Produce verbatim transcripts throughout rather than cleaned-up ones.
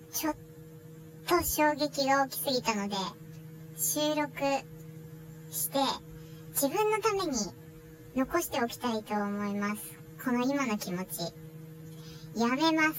ちょっと衝撃が大きすぎたので、収録して、自分のために残しておきたいと思います。この今の気持ち。やめます。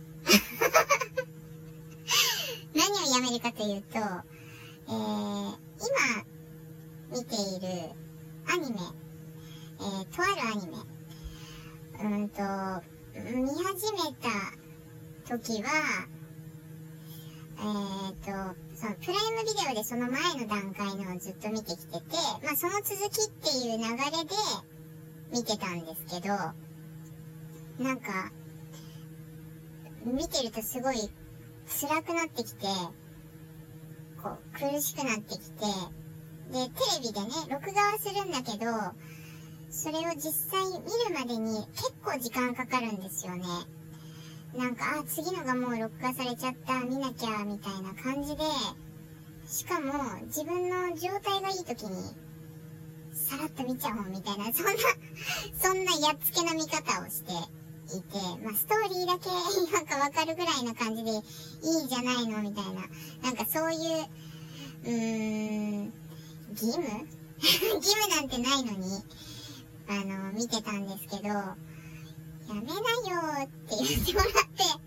何をやめるかというと、えー、今見ているアニメ、えー、とあるアニメ、うんと、見始めた時は、えーと、そのプライムビデオでその前の段階のをずっと見てきてて、まあその続きっていう流れで見てたんですけど、なんか、見てるとすごい辛くなってきて、こう苦しくなってきて、で、テレビでね、録画はするんだけど、それを実際見るまでに結構時間かかるんですよね。なんか、あ、次のがもう録画されちゃった、見なきゃ、みたいな感じで、しかも自分の状態がいい時に、さらっと見ちゃおう、みたいな、そんな、そんなやっつけの見方をしていて、まあ、ストーリーだけなんかわかるぐらいな感じでいいじゃないの、みたいな。なんかそういう、うーん、義務義務なんてないのに、あの、見てたんですけど、やめなよーって言ってもらって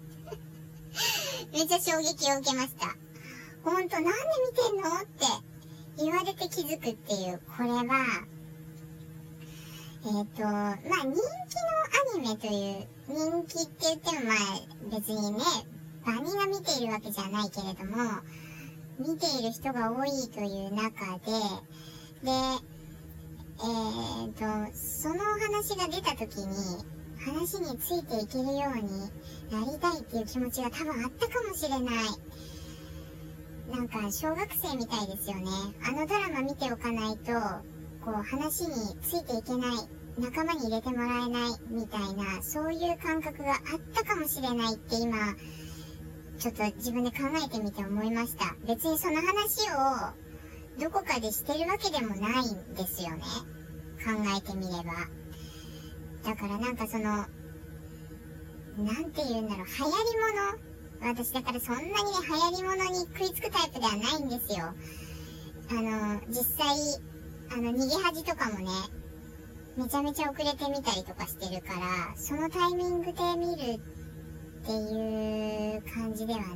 めっちゃ衝撃を受けました。ほんとなんで見てんのって言われて気づくっていう、これは、えっと、まあ人気のアニメという、人気って言ってもまあ別にね、バニが見ているわけじゃないけれども、見ている人が多いという中で、で、えーと、そのお話が出た時に、話についていけるようになりたいっていう気持ちが多分あったかもしれない。なんか小学生みたいですよね。あのドラマ見ておかないと、こう話についていけない、仲間に入れてもらえないみたいな、そういう感覚があったかもしれないって今、ちょっと自分で考えてみて思いました。別にその話をどこかでしてるわけでもないんですよね。考えてみれば。だからなんかその、なんて言うんだろう、流行り物。私だからそんなにね、流行り物に食いつくタイプではないんですよ。あの、実際、あの、逃げ恥とかもね、めちゃめちゃ遅れてみたりとかしてるから、そのタイミングで見るっていう感じではない。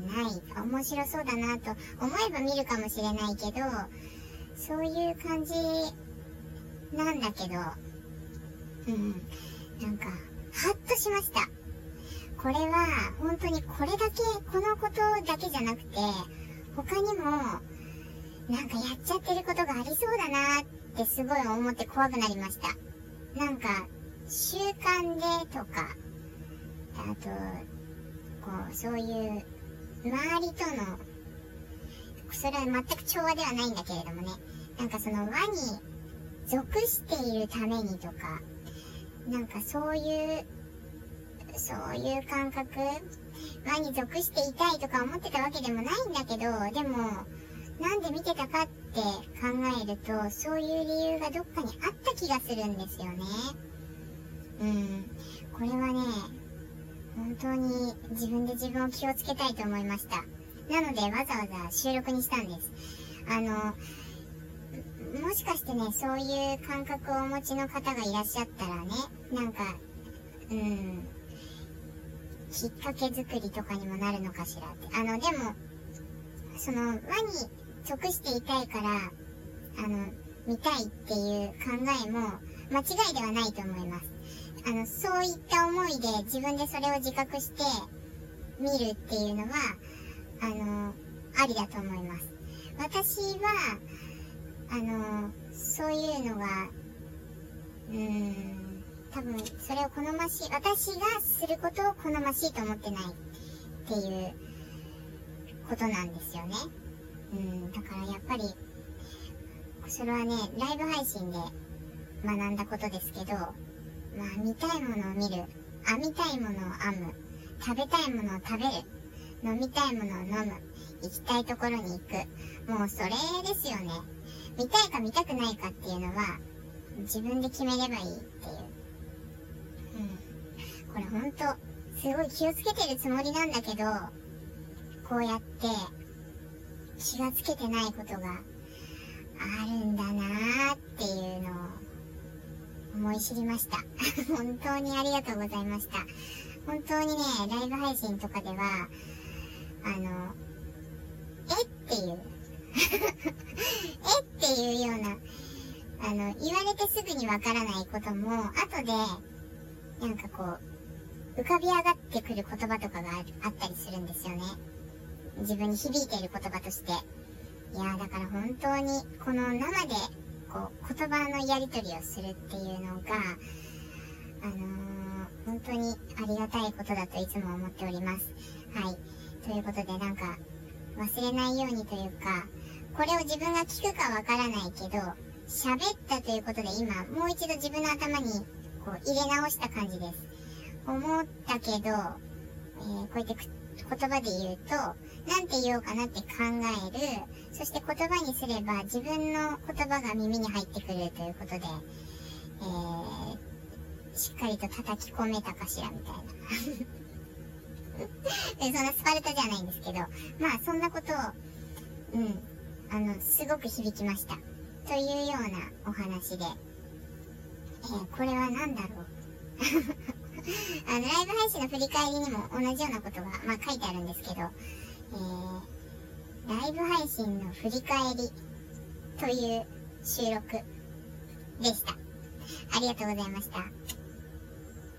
面白そうだなと思えば見るかもしれないけど、そういう感じなんだけど、うん。なんか、ハッとしました。これは、本当にこれだけ、このことだけじゃなくて、他にも、なんかやっちゃってることがありそうだなってすごい思って怖くなりました。なんか、習慣でとか、あと、こう、そういう、周りとの、それは全く調和ではないんだけれどもね、なんかその輪に属しているためにとか、なんかそういう、そういう感覚、輪に属していたいとか思ってたわけでもないんだけど、でも、なんで見てたかって考えると、そういう理由がどっかにあった気がするんですよね。うん。これはね、本当に自分で自分を気をつけたいと思いました。なのでわざわざ収録にしたんです。あの、もしかしてね、そういう感覚をお持ちの方がいらっしゃったらね、なんか、うん、きっかけ作りとかにもなるのかしらって。あの、でも、その、輪に属していたいから、あの、見たいっていう考えも間違いではないと思います。あの、そういった思いで自分でそれを自覚して見るっていうのは、あの、ありだと思います。私は、あの、そういうのが、うーん、多分、それを好ましい、私がすることを好ましいと思ってないっていうことなんですよね。うん、だからやっぱり、それはね、ライブ配信で学んだことですけど、まあ、見たいものを見る、編みたいものを編む、食べたいものを食べる、飲みたいものを飲む、行きたいところに行く。もうそれですよね。見たいか見たくないかっていうのは、自分で決めればいいっていう。うん。これほんと、すごい気をつけてるつもりなんだけど、 こうやって気がつけてないことがあるんだなーっていうのを思い知りました。本当にありがとうございました。本当にね、ライブ配信とかでは、あの、えっていう、えっていうような、あの、言われてすぐにわからないことも、後で、なんかこう、浮かび上がってくる言葉とかがあったりするんですよね。自分に響いている言葉として。いやー、だから本当に、この生で、こう、言葉のやり取りをするっていうのが、あのー、本当にありがたいことだといつも思っております。はい。ということで、なんか、忘れないようにというか、これを自分が聞くかわからないけど、喋ったということで今、もう一度自分の頭にこう入れ直した感じです。思ったけど、えー、こうやって言葉で言うと、なんて言おうかなって考える。そして言葉にすれば自分の言葉が耳に入ってくるということで、えー、しっかりと叩き込めたかしらみたいな。そんなスパルタじゃないんですけど、まあそんなことを、うん、あの、すごく響きました。というようなお話で、えー、これは何だろう。あの、ライブ配信の振り返りにも同じようなことが、まあ書いてあるんですけど、えー、ライブ配信の振り返りという収録でした。ありがとうございました。